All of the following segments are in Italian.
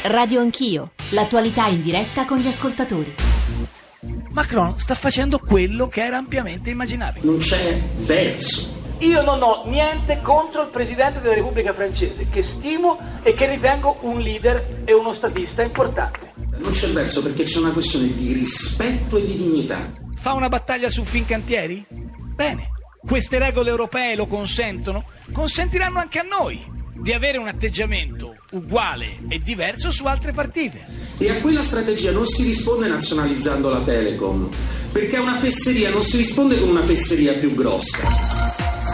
Radio Anch'io, l'attualità in diretta con gli ascoltatori. Macron sta facendo quello che era ampiamente immaginabile. Non c'è verso. Io non ho niente contro il Presidente della Repubblica Francese, che stimo e che ritengo un leader e uno statista importante. Non c'è verso perché c'è una questione di rispetto e di dignità. Fa una battaglia su Fincantieri? Bene, queste regole europee lo consentono? Consentiranno anche a noi di avere un atteggiamento uguale e diverso su altre partite. E a quella strategia non si risponde nazionalizzando la Telecom, perché a una fesseria non si risponde con una fesseria più grossa.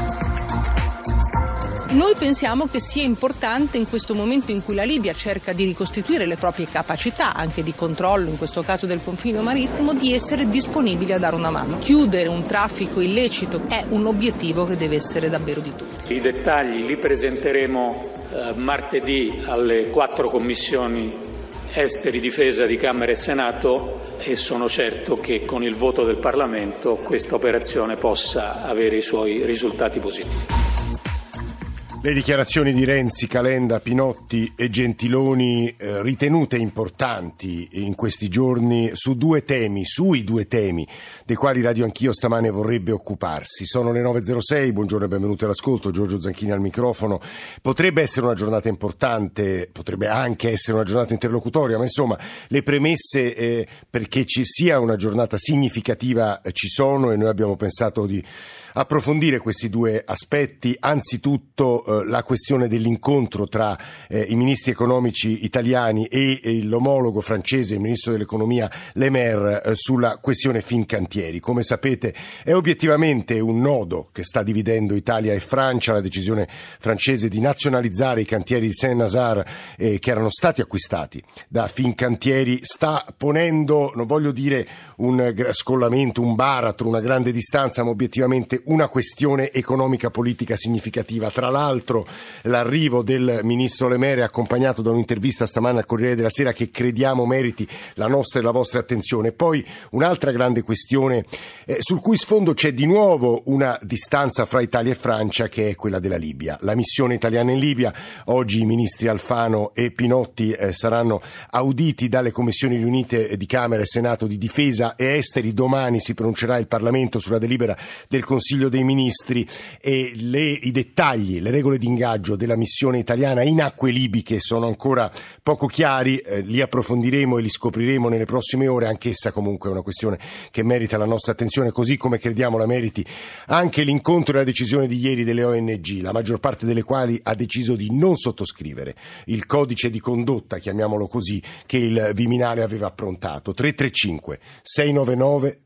Noi pensiamo che sia importante in questo momento in cui la Libia cerca di ricostituire le proprie capacità, anche di controllo, in questo caso del confine marittimo, di essere disponibili a dare una mano. Chiudere un traffico illecito è un obiettivo che deve essere davvero di tutti. I dettagli li presenteremo martedì alle 4 commissioni esteri, difesa di Camera e Senato e sono certo che con il voto del Parlamento questa operazione possa avere i suoi risultati positivi. Le dichiarazioni di Renzi, Calenda, Pinotti e Gentiloni ritenute importanti in questi giorni sui due temi dei quali Radio Anch'io stamane vorrebbe occuparsi. Sono le 9.06, buongiorno e benvenuti all'ascolto, Giorgio Zanchini al microfono. Potrebbe essere una giornata importante, potrebbe anche essere una giornata interlocutoria, ma insomma le premesse perché ci sia una giornata significativa ci sono e noi abbiamo pensato di approfondire questi due aspetti. Anzitutto la questione dell'incontro tra i ministri economici italiani e l'omologo francese, il ministro dell'economia Le Maire, sulla questione Fincantieri. Come sapete è obiettivamente un nodo che sta dividendo Italia e Francia, la decisione francese di nazionalizzare i cantieri di Saint-Nazaire che erano stati acquistati da Fincantieri sta ponendo, non voglio dire un scollamento, un baratro, una grande distanza, ma obiettivamente una questione economica politica significativa. Tra l'altro l'arrivo del ministro Le Maire è accompagnato da un'intervista stamane al Corriere della Sera che crediamo meriti la nostra e la vostra attenzione. Poi un'altra grande questione sul cui sfondo c'è di nuovo una distanza fra Italia e Francia, che è quella della Libia. La missione italiana in Libia, oggi i ministri Alfano e Pinotti saranno auditi dalle commissioni riunite di Camera e Senato di Difesa e Esteri. Domani si pronuncerà il Parlamento sulla delibera del Consiglio dei Ministri e i dettagli, le regole di ingaggio della missione italiana in acque libiche sono ancora poco chiari, li approfondiremo e li scopriremo nelle prossime ore. Anch'essa comunque è una questione che merita la nostra attenzione, così come crediamo la meriti anche l'incontro e la decisione di ieri delle ONG, la maggior parte delle quali ha deciso di non sottoscrivere il codice di condotta, chiamiamolo così, che il Viminale aveva approntato. 335 699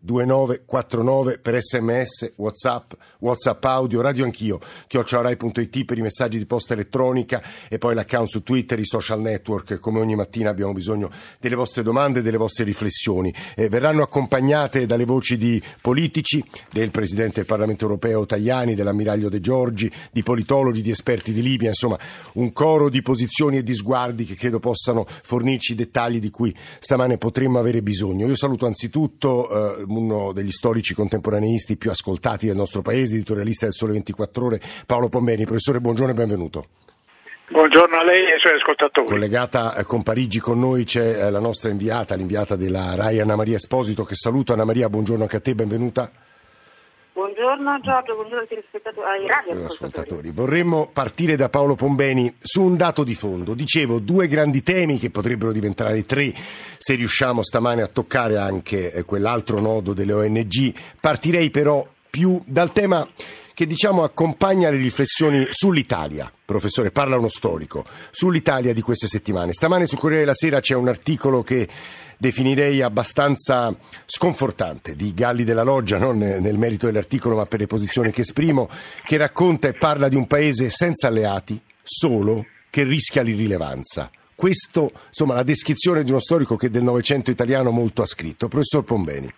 2949 per SMS, WhatsApp audio, Radio Anch'io @rai.it per i messaggi di posta elettronica e poi l'account su Twitter, i social network. Come ogni mattina abbiamo bisogno delle vostre domande e delle vostre riflessioni. Verranno accompagnate dalle voci di politici, del Presidente del Parlamento Europeo Tajani, dell'ammiraglio De Giorgi, di politologi, di esperti di Libia, insomma un coro di posizioni e di sguardi che credo possano fornirci dettagli di cui stamane potremmo avere bisogno. Io saluto anzitutto uno degli storici contemporaneisti più ascoltati del nostro paese, editorialista del Sole 24 Ore, Paolo Pombeni. Professore, buongiorno e benvenuto. Buongiorno a lei e ai suoi ascoltatori. Collegata con Parigi con noi c'è la nostra l'inviata della RAI Anna Maria Esposito, che saluto. Anna Maria, buongiorno anche a te, benvenuta. Buongiorno Giorgio, buongiorno ai radioascoltatori. Vorremmo partire da Paolo Pombeni su un dato di fondo. Dicevo, due grandi temi che potrebbero diventare tre se riusciamo stamane a toccare anche quell'altro nodo delle ONG. Partirei però più dal tema che accompagna le riflessioni sull'Italia. Professore, parla uno storico, sull'Italia di queste settimane. Stamane sul Corriere della Sera c'è un articolo che definirei abbastanza sconfortante, di Galli della Loggia, non nel merito dell'articolo ma per le posizioni che esprimo, che racconta e parla di un paese senza alleati, solo, che rischia l'irrilevanza. Questo, insomma, la descrizione di uno storico che del Novecento italiano molto ha scritto. Professor Pombeni.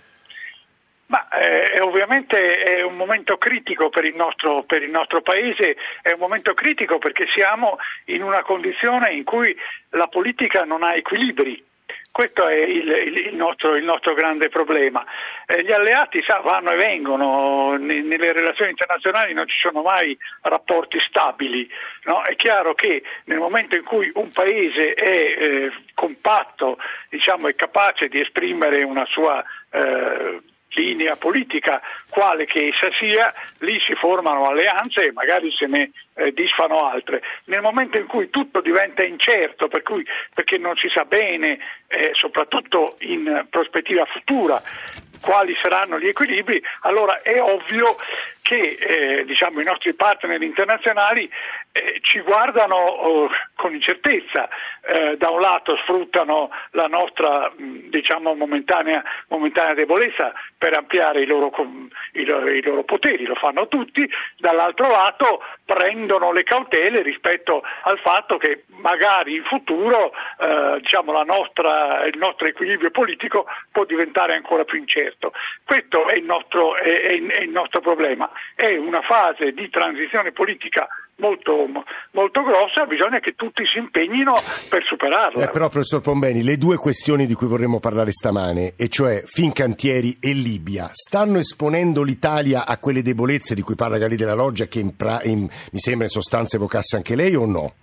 Ma ovviamente è un momento critico per il nostro paese, è un momento critico perché siamo in una condizione in cui la politica non ha equilibri. Questo è il nostro grande problema. Gli alleati vanno e vengono, nelle relazioni internazionali non ci sono mai rapporti stabili, no? È chiaro che nel momento in cui un paese è compatto, diciamo, è capace di esprimere una sua linea politica, quale che essa sia, lì si formano alleanze e magari se ne disfano altre. Nel momento in cui tutto diventa incerto, perché non si sa bene, soprattutto in prospettiva futura, quali saranno gli equilibri, allora è ovvio che diciamo, i nostri partner internazionali ci guardano con incertezza. Da un lato sfruttano la nostra diciamo momentanea debolezza per ampliare i loro poteri, lo fanno tutti, dall'altro lato prendono le cautele rispetto al fatto che magari in futuro diciamo, il nostro equilibrio politico può diventare ancora più incerto. Questo è il nostro problema. È una fase di transizione politica molto, molto grossa, bisogna che tutti si impegnino per superarla. Però, professor Pombeni, le due questioni di cui vorremmo parlare stamane, e cioè Fincantieri e Libia, stanno esponendo l'Italia a quelle debolezze di cui parla Galli della Loggia, che mi sembra in sostanza evocasse anche lei, o no?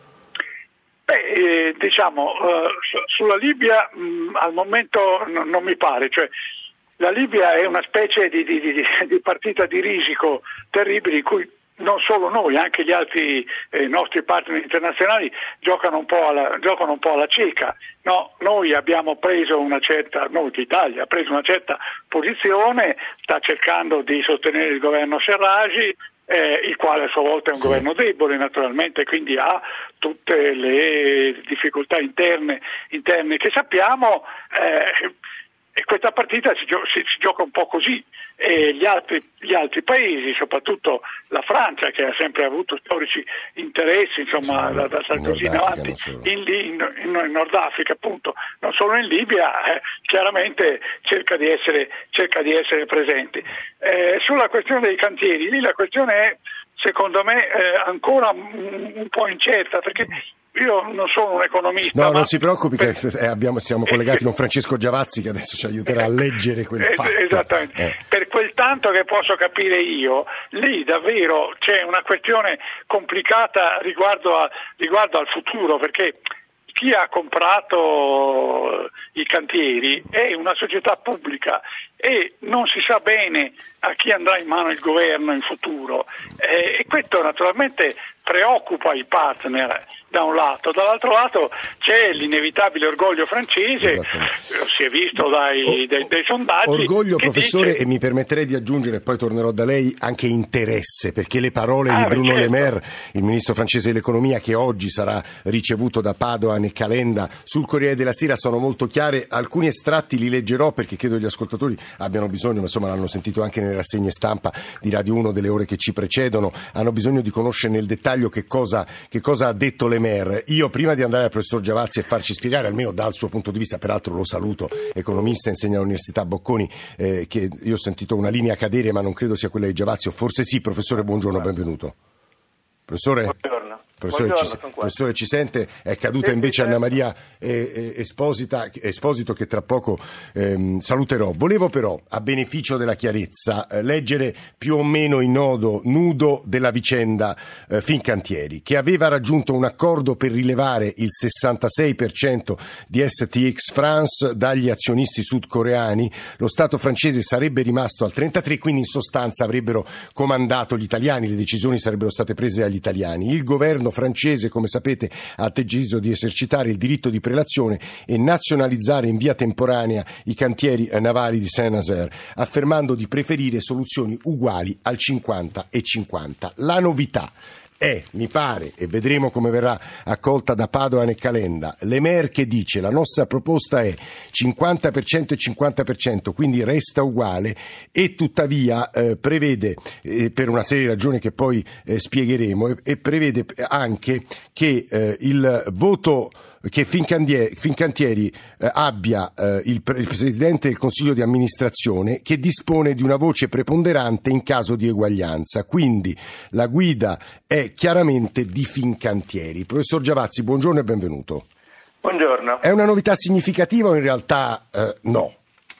Diciamo, sulla Libia al momento non mi pare, cioè la Libia è una specie di partita di risico terribile in cui non solo noi, anche gli altri nostri partner internazionali giocano un po' alla cieca. No, noi abbiamo preso l'Italia ha preso una certa posizione, sta cercando di sostenere il governo Serraj, il quale a sua volta è un governo debole naturalmente, quindi ha tutte le difficoltà interne che sappiamo, e questa partita si gioca un po' così, e gli altri paesi, soprattutto la Francia, che ha sempre avuto storici interessi, insomma, da Sarkozy in avanti, in Nord Africa appunto, non solo in Libia, chiaramente cerca di essere presente. Sulla questione dei cantieri, lì la questione è, secondo me, ancora un po' incerta, perché io non sono un economista. No, non si preoccupi, che siamo collegati con Francesco Giavazzi, che adesso ci aiuterà a leggere quel fatto. Esattamente. Per quel tanto che posso capire io, lì davvero c'è una questione complicata riguardo al futuro, perché chi ha comprato i cantieri è una società pubblica e non si sa bene a chi andrà in mano il governo in futuro, e questo naturalmente preoccupa i partner da un lato, dall'altro lato c'è l'inevitabile orgoglio francese, si è visto dai sondaggi. Orgoglio, professore, e mi permetterei di aggiungere, poi tornerò da lei, anche interesse, perché le parole di Bruno Le Maire, il ministro francese dell'economia, che oggi sarà ricevuto da Padoan e Calenda sul Corriere della Sera, sono molto chiare. Alcuni estratti li leggerò perché credo gli ascoltatori abbiano bisogno, ma insomma l'hanno sentito anche nelle rassegne stampa di Radio 1 delle ore che ci precedono, hanno bisogno di conoscere nel dettaglio che cosa ha detto Le Maire. Io, prima di andare al professor Giavazzi e farci spiegare, almeno dal suo punto di vista, peraltro lo saluto, economista, insegna all'Università Bocconi, che io ho sentito una linea cadere, ma non credo sia quella di Giavazzi, o forse sì. Professore, buongiorno, benvenuto. Professore? Professore, ci sente? È caduta invece Anna Maria Esposito, che tra poco saluterò. Volevo però, a beneficio della chiarezza, leggere più o meno il nudo della vicenda Fincantieri, che aveva raggiunto un accordo per rilevare il 66% di STX France dagli azionisti sudcoreani. Lo Stato francese sarebbe rimasto al 33%, quindi in sostanza avrebbero comandato gli italiani, le decisioni sarebbero state prese dagli italiani. Il governo francese, come sapete, ha deciso di esercitare il diritto di prelazione e nazionalizzare in via temporanea i cantieri navali di Saint-Nazaire, affermando di preferire soluzioni uguali al 50 e 50. La novità è, mi pare, e vedremo come verrà accolta da Padoan e Calenda, Le Maire che dice: la nostra proposta è 50% e 50%, quindi resta uguale, e tuttavia prevede, per una serie di ragioni che poi spiegheremo, e prevede anche che il voto che Fincantieri abbia il Presidente del Consiglio di amministrazione, che dispone di una voce preponderante in caso di eguaglianza. Quindi la guida è chiaramente di Fincantieri. Professor Giavazzi, buongiorno e benvenuto. Buongiorno. È una novità significativa o in realtà no?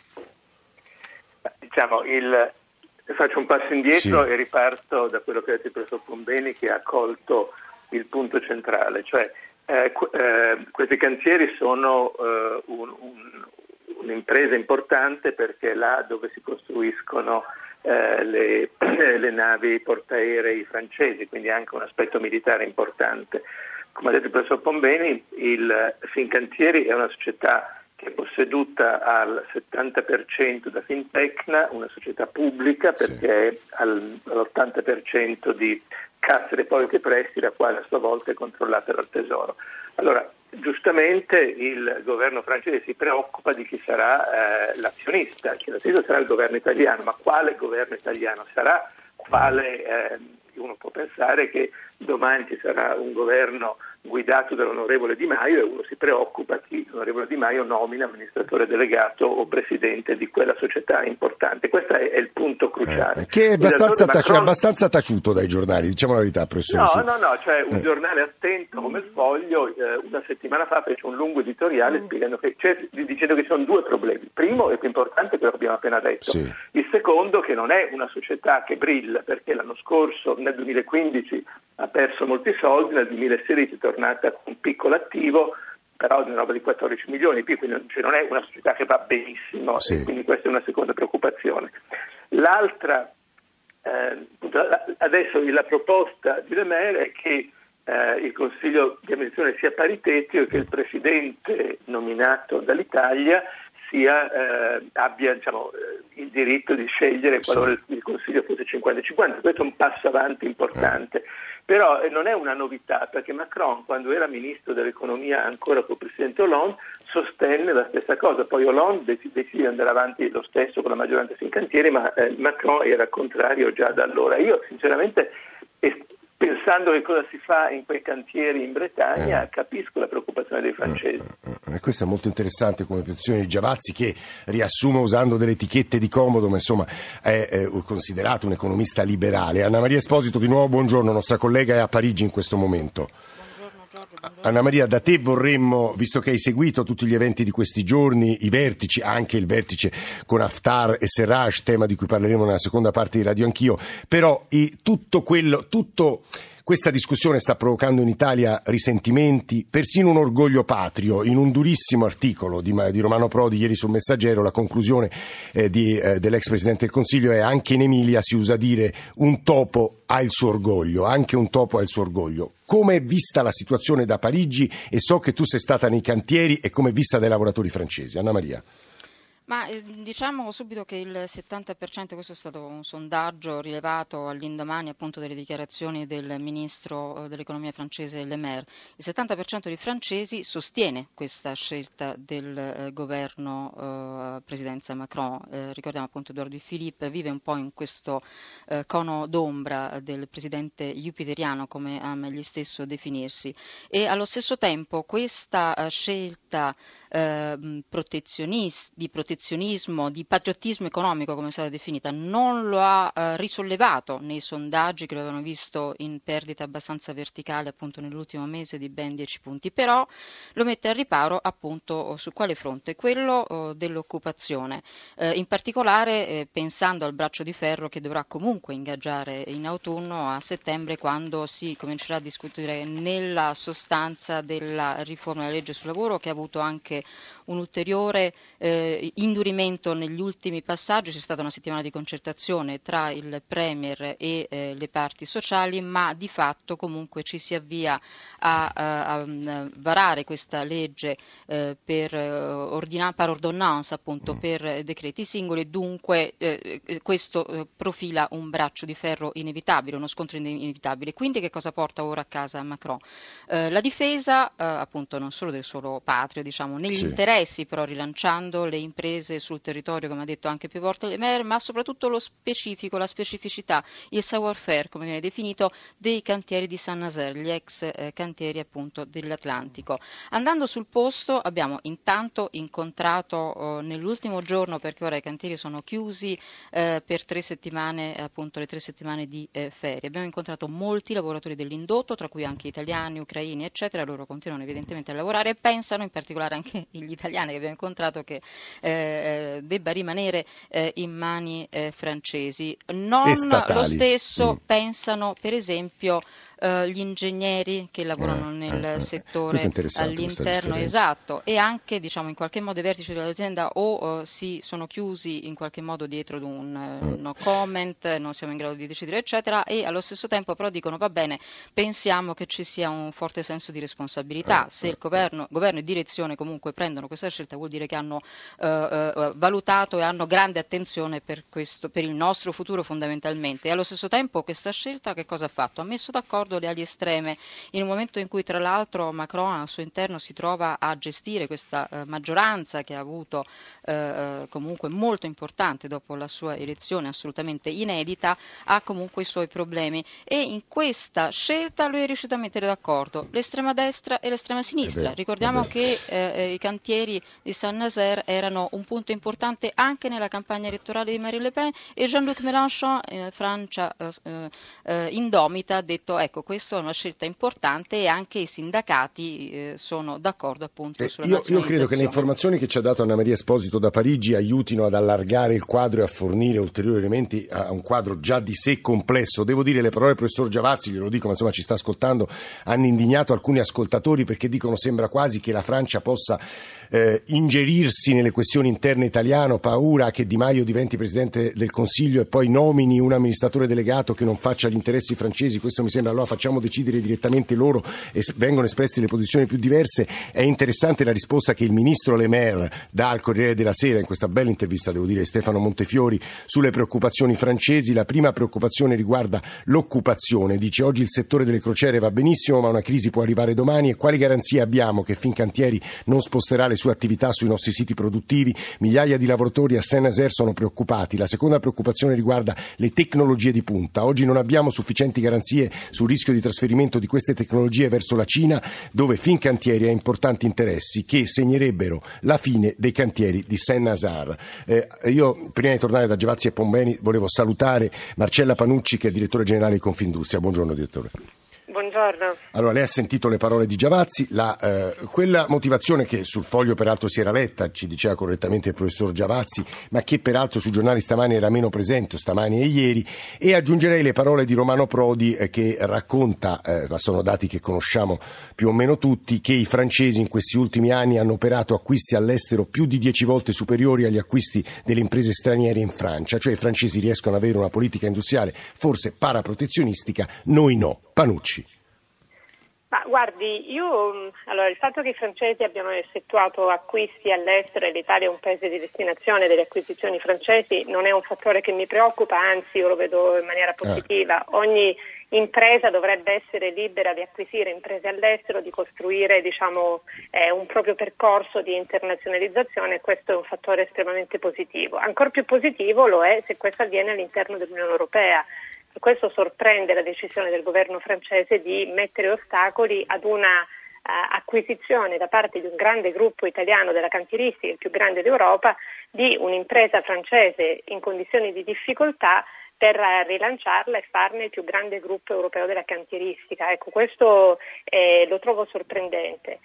Diciamo, faccio un passo indietro e riparto da quello che ha detto il professor Pombeni, che ha colto il punto centrale, cioè questi cantieri sono un'impresa importante perché è là dove si costruiscono le navi portaerei francesi, quindi anche un aspetto militare importante. Come ha detto il professor Pombeni, il Fincantieri è una società che è posseduta al 70% da Fintecna, una società pubblica perché è all'80% di Cassa Depositi e Prestiti, la quale a sua volta è controllata dal Tesoro. Allora, giustamente il governo francese si preoccupa di chi sarà l'azionista, che l'azionista sarà il governo italiano, ma quale governo italiano sarà? Uno può pensare che domani ci sarà un governo guidato dall'onorevole Di Maio e uno si preoccupa chi l'onorevole Di Maio nomina amministratore delegato o presidente di quella società importante. Questo è il punto cruciale. Che è abbastanza taciuto dai giornali, diciamo la verità, professore. No, cioè un giornale attento come il Foglio una settimana fa fece un lungo editoriale dicendo che ci sono due problemi. Il primo e più importante, quello che abbiamo appena detto. Sì. Il secondo, che non è una società che brilla, perché l'anno scorso, nel 2015, ha perso molti soldi, nel 2016 è tornata con un piccolo attivo, però di una roba di 14 milioni, quindi non è una società che va benissimo, sì. E quindi questa è una seconda preoccupazione. L'altra, adesso la proposta di Le Maire è che il Consiglio di amministrazione sia paritetico e che il Presidente nominato dall'Italia abbia il diritto di scegliere qualora il Consiglio fosse 50-50. Questo è un passo avanti importante. Però non è una novità, perché Macron, quando era ministro dell'economia ancora con il presidente Hollande, sostenne la stessa cosa. Poi Hollande decise di andare avanti lo stesso con la maggioranza Fincantieri, ma Macron era contrario già da allora. Io sinceramente, pensando che cosa si fa in quei cantieri in Bretagna, capisco la preoccupazione dei francesi. Questo è molto interessante come posizione di Giavazzi, che riassume usando delle etichette di comodo, ma insomma è considerato un economista liberale. Anna Maria Esposito, di nuovo buongiorno, nostra collega è a Parigi in questo momento. Anna Maria, da te vorremmo, visto che hai seguito tutti gli eventi di questi giorni, i vertici, anche il vertice con Haftar e Serraj, tema di cui parleremo nella seconda parte di Radio Anch'io, però questa discussione sta provocando in Italia risentimenti, persino un orgoglio patrio. In un durissimo articolo di Romano Prodi ieri sul Messaggero, la conclusione dell'ex Presidente del Consiglio è: anche in Emilia si usa dire un topo ha il suo orgoglio, anche un topo ha il suo orgoglio. Come è vista la situazione da Parigi? E so che tu sei stata nei cantieri, e come è vista dai lavoratori francesi? Anna Maria. Ma diciamo subito che il 70%, questo è stato un sondaggio rilevato all'indomani appunto delle dichiarazioni del ministro dell'economia francese Le Maire, il 70% dei francesi sostiene questa scelta del governo presidenza Macron. Ricordiamo appunto Edouard Philippe vive un po' in questo cono d'ombra del presidente jupiteriano, come ama egli stesso definirsi, e allo stesso tempo questa scelta di protezionismo, di patriottismo economico, come è stata definita, non lo ha risollevato nei sondaggi, che lo avevano visto in perdita abbastanza verticale appunto nell'ultimo mese di ben 10 punti, però lo mette al riparo appunto su quale fronte? Quello dell'occupazione, in particolare pensando al braccio di ferro che dovrà comunque ingaggiare in autunno, a settembre, quando si comincerà a discutere nella sostanza della riforma della legge sul lavoro, che ha avuto anche un ulteriore indurimento negli ultimi passaggi. C'è stata una settimana di concertazione tra il Premier e le parti sociali, ma di fatto comunque ci si avvia a varare questa legge per ordonnance, appunto per decreti singoli, e dunque questo profila un braccio di ferro inevitabile, uno scontro inevitabile. Quindi che cosa porta ora a casa Macron? La difesa appunto non solo del suolo patrio, diciamo, negli interessi, però rilanciando le imprese imprese sul territorio, come ha detto anche più volte le mayor, ma soprattutto lo specifico, la specificità, il savoir-faire, come viene definito, dei cantieri di Saint-Nazaire, gli ex cantieri appunto dell'Atlantico. Andando sul posto abbiamo intanto incontrato nell'ultimo giorno, perché ora i cantieri sono chiusi per 3 settimane, appunto le 3 settimane di ferie, abbiamo incontrato molti lavoratori dell'indotto, tra cui anche italiani, ucraini eccetera. Loro continuano evidentemente a lavorare e pensano, in particolare anche gli italiani che abbiamo incontrato, che debba rimanere in mani francesi. Non lo stesso pensano per esempio gli ingegneri che lavorano nel settore all'interno, esatto, e anche diciamo in qualche modo i vertici dell'azienda o si sono chiusi in qualche modo dietro ad un no comment, non siamo in grado di decidere eccetera, e allo stesso tempo però dicono va bene, pensiamo che ci sia un forte senso di responsabilità. Se il governo e direzione comunque prendono questa scelta, vuol dire che hanno valutato e hanno grande attenzione per questo, per il nostro futuro fondamentalmente. E allo stesso tempo questa scelta che cosa ha fatto? Ha messo d'accordo le ali estreme in un momento in cui tra l'altro Macron al suo interno si trova a gestire questa maggioranza che ha avuto comunque molto importante dopo la sua elezione assolutamente inedita, ha comunque i suoi problemi, e in questa scelta lui è riuscito a mettere d'accordo l'estrema destra e l'estrema sinistra. Ricordiamo che i cantieri di Saint-Nazaire erano un punto importante anche nella campagna elettorale di Marine Le Pen, e Jean-Luc Mélenchon, Francia indomita, ha detto ecco, questa è una scelta importante, e anche i sindacati sono d'accordo appunto sulla nazionalizzazione. Io credo che le informazioni che ci ha dato Anna Maria Esposito da Parigi aiutino ad allargare il quadro e a fornire ulteriori elementi a un quadro già di sé complesso. Devo dire, le parole del professor Giavazzi, glielo dico, ma insomma ci sta ascoltando, hanno indignato alcuni ascoltatori, perché dicono sembra quasi che la Francia possa ingerirsi nelle questioni interne italiane, paura che Di Maio diventi Presidente del Consiglio e poi nomini un amministratore delegato che non faccia gli interessi francesi. Questo mi sembra, allora facciamo decidere direttamente loro, e vengono espresse le posizioni più diverse. È interessante la risposta che il ministro Le Maire dà al Corriere della Sera in questa bella intervista, devo dire, Stefano Montefiori, sulle preoccupazioni francesi. La prima preoccupazione riguarda l'occupazione. Dice: oggi il settore delle crociere va benissimo, ma una crisi può arrivare domani, e quali garanzie abbiamo che Fincantieri non sposterà le sue attività sui nostri siti produttivi? Migliaia di lavoratori a Saint-Nazaire sono preoccupati. La seconda preoccupazione riguarda le tecnologie di punta. Oggi non abbiamo sufficienti garanzie sul rischio di trasferimento di queste tecnologie verso la Cina, dove Fincantieri ha importanti interessi che segnerebbero la fine dei cantieri di Saint-Nazaire. Io, prima di tornare da Giavazzi e Pombeni, volevo salutare Marcella Panucci, che è direttore generale di Confindustria. Buongiorno direttore. Buongiorno. Allora, lei ha sentito le parole di Giavazzi, quella motivazione che sul foglio peraltro si era letta, ci diceva correttamente il professor Giavazzi, ma che peraltro sui giornali stamani era meno presente, stamani e ieri, e aggiungerei le parole di Romano Prodi che racconta, ma sono dati che conosciamo più o meno tutti, che i francesi in questi ultimi anni hanno operato acquisti all'estero più di 10 volte superiori agli acquisti delle imprese straniere in Francia, cioè i francesi riescono ad avere una politica industriale forse paraprotezionistica, noi no. Panucci. Ma guardi, allora, il fatto che i francesi abbiano effettuato acquisti all'estero e l'Italia è un paese di destinazione delle acquisizioni francesi non è un fattore che mi preoccupa, anzi io lo vedo in maniera positiva. Ogni impresa dovrebbe essere libera di acquisire imprese all'estero, di costruire un proprio percorso di internazionalizzazione, e questo è un fattore estremamente positivo. Ancora più positivo lo è se questo avviene all'interno dell'Unione Europea. Questo sorprende la decisione del governo francese di mettere ostacoli ad una acquisizione da parte di un grande gruppo italiano della cantieristica, il più grande d'Europa, di un'impresa francese in condizioni di difficoltà, per rilanciarla e farne il più grande gruppo europeo della cantieristica. Ecco, questo lo trovo sorprendente.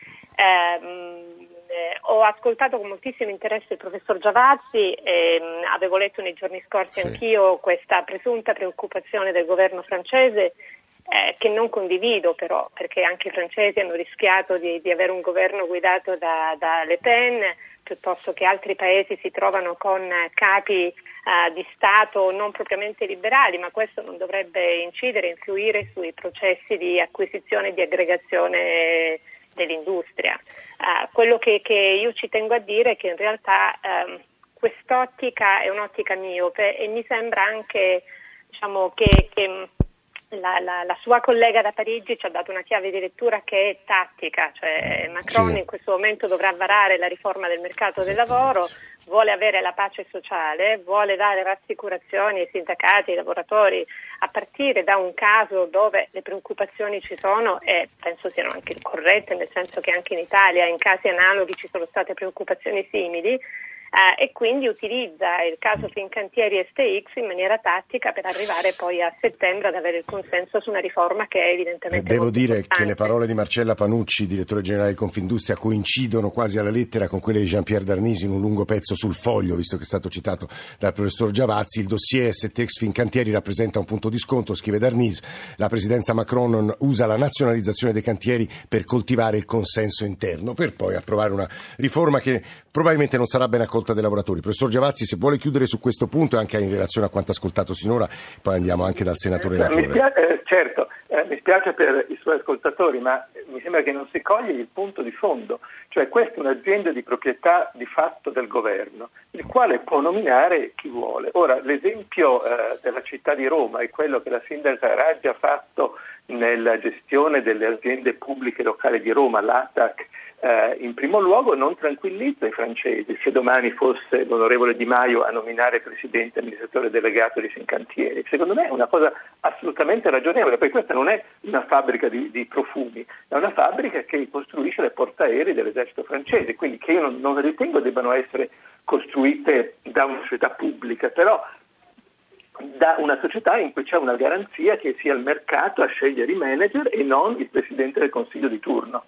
Ho ascoltato con moltissimo interesse il professor Giavazzi, avevo letto nei giorni scorsi anch'io questa presunta preoccupazione del governo francese, che non condivido però, perché anche i francesi hanno rischiato di avere un governo guidato da Le Pen, piuttosto che altri paesi si trovano con capi di Stato non propriamente liberali, ma questo non dovrebbe influire sui processi di acquisizione e di aggregazione dell'industria. Quello che io ci tengo a dire è che in realtà quest'ottica è un'ottica miope, e mi sembra anche che la sua collega da Parigi ci ha dato una chiave di lettura che è tattica, cioè Macron in questo momento dovrà varare la riforma del mercato del lavoro, vuole avere la pace sociale, vuole dare rassicurazioni ai sindacati, ai lavoratori, a partire da un caso dove le preoccupazioni ci sono e penso siano anche corrette, nel senso che anche in Italia in casi analoghi ci sono state preoccupazioni simili. E quindi utilizza il caso Fincantieri e STX in maniera tattica per arrivare poi a settembre ad avere il consenso su una riforma che è evidentemente devo dire importante. che le parole di Marcella Panucci, direttore generale di Confindustria, coincidono quasi alla lettera con quelle di Jean-Pierre Darnisi in un lungo pezzo sul Foglio, visto che è stato citato dal professor Giavazzi. Il dossier STX Fincantieri rappresenta un punto di scontro, scrive Darnisi. La presidenza Macron usa la nazionalizzazione dei cantieri per coltivare il consenso interno, per poi approvare una riforma che probabilmente non sarà ben accolta dai lavoratori. Professor Giavazzi, se vuole chiudere su questo punto e anche in relazione a quanto ascoltato sinora, poi andiamo anche dal senatore Latorre. Certo, mi spiace per i suoi ascoltatori, ma mi sembra che non si coglie il punto di fondo, cioè questa è un'azienda di proprietà di fatto del governo, il quale può nominare chi vuole. Ora, l'esempio della città di Roma è quello che la sindaca Raggi ha fatto nella gestione delle aziende pubbliche locali di Roma, l'ATAC. In primo luogo non tranquillizza i francesi se domani fosse l'onorevole Di Maio a nominare presidente e amministratore delegato di Fincantieri. Secondo me è una cosa assolutamente ragionevole, perché questa non è una fabbrica di profumi, è una fabbrica che costruisce le portaerei dell'esercito francese, quindi che io non ritengo debbano essere costruite da una società pubblica, però da una società in cui c'è una garanzia che sia il mercato a scegliere i manager e non il presidente del consiglio di turno.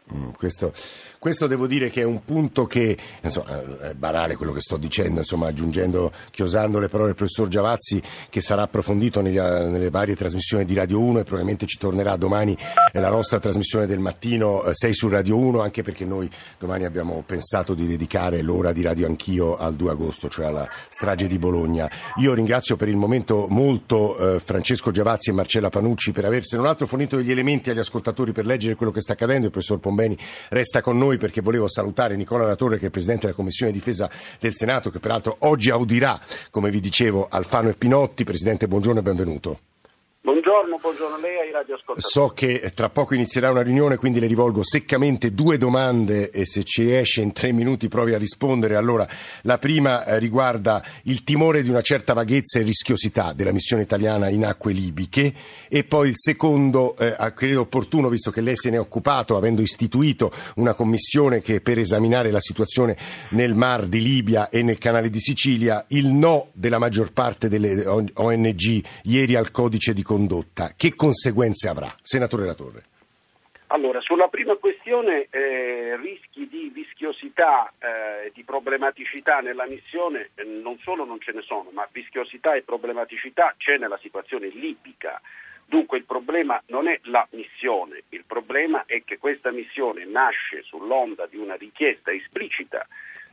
Questo devo dire che è un punto che, insomma, è banale quello che sto dicendo, insomma, chiosando le parole del professor Giavazzi, che sarà approfondito nelle varie trasmissioni di Radio 1 e probabilmente ci tornerà domani la nostra trasmissione del mattino 6 su Radio 1, anche perché noi domani abbiamo pensato di dedicare l'ora di Radio Anch'io al 2 agosto, cioè alla strage di Bologna. Io ringrazio per il momento molto Francesco Giavazzi e Marcella Panucci per aver, se non altro, fornito degli elementi agli ascoltatori per leggere quello che sta accadendo. Il professor Pombeni resta con noi perché volevo salutare Nicola Latorre, che è il presidente della Commissione Difesa del Senato, che peraltro oggi audirà, come vi dicevo, Alfano e Pinotti. Presidente, buongiorno e benvenuto. Buongiorno a lei e ai radioascoltatori. So che tra poco inizierà una riunione, quindi le rivolgo seccamente 2 domande e se ci riesce in 3 minuti provi a rispondere. Allora, la prima riguarda il timore di una certa vaghezza e rischiosità della missione italiana in acque libiche, e poi il secondo, credo opportuno, visto che lei se ne è occupato avendo istituito una commissione che per esaminare la situazione nel Mar di Libia e nel Canale di Sicilia, il no della maggior parte delle ONG ieri al codice di condotta. Che conseguenze avrà? Senatore Latorre. Allora, sulla prima questione, rischi di vischiosità, di problematicità nella missione, non solo non ce ne sono, ma vischiosità e problematicità c'è nella situazione libica. Dunque il problema non è la missione, il problema è che questa missione nasce sull'onda di una richiesta esplicita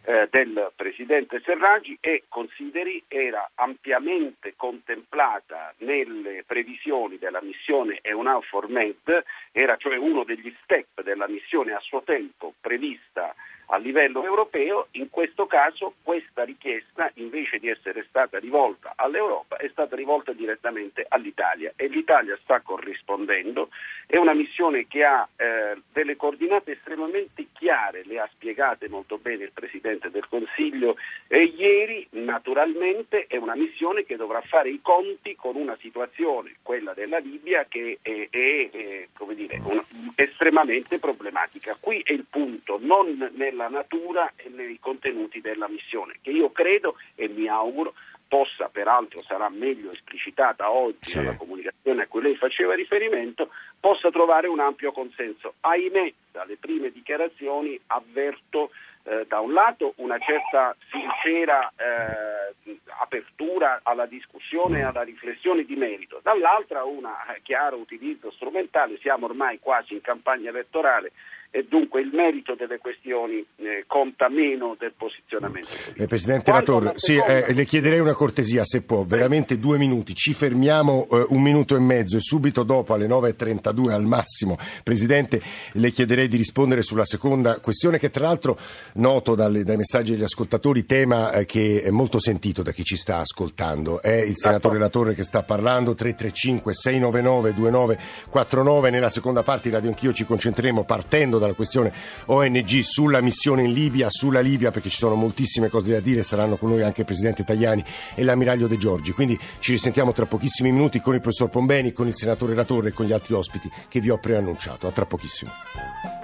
del presidente Serraj e, consideri, era ampiamente contemplata nelle previsioni della missione EUNAVFOR Med, era cioè uno degli step della missione a suo tempo prevista a livello europeo. In questo caso questa richiesta, invece di essere stata rivolta all'Europa, è stata rivolta direttamente all'Italia e l'Italia sta corrispondendo. È una missione che ha delle coordinate estremamente chiare, le ha spiegate molto bene il Presidente del Consiglio ieri. Naturalmente è una missione che dovrà fare i conti con una situazione, quella della Libia, che è estremamente problematica. Qui è il punto, non nella natura e nei contenuti della missione, che io credo e mi auguro possa, peraltro sarà meglio esplicitata oggi nella comunicazione a cui lei faceva riferimento, possa trovare un ampio consenso. Ahimè, dalle prime dichiarazioni avverto da un lato una certa sincera apertura alla discussione e alla riflessione di merito, dall'altra una chiaro utilizzo strumentale. Siamo ormai quasi in campagna elettorale e dunque il merito delle questioni conta meno del posizionamento. Presidente Latorre, le chiederei una cortesia, se può, veramente 2 minuti, ci fermiamo 1 minuto e mezzo e subito dopo alle 9:32 al massimo, Presidente, le chiederei di rispondere sulla seconda questione che tra l'altro noto dai messaggi degli ascoltatori, tema che è molto sentito da chi ci sta ascoltando. È il senatore Latorre che sta parlando, 335-699-2949. Nella seconda parte di Radio Anch'io ci concentreremo, partendo dalla questione ONG, sulla missione in Libia, perché ci sono moltissime cose da dire. Saranno con noi anche il Presidente Tajani e l'Ammiraglio De Giorgi. Quindi ci risentiamo tra pochissimi minuti con il Professor Pombeni, con il senatore Latorre e con gli altri ospiti che vi ho preannunciato. A tra pochissimo.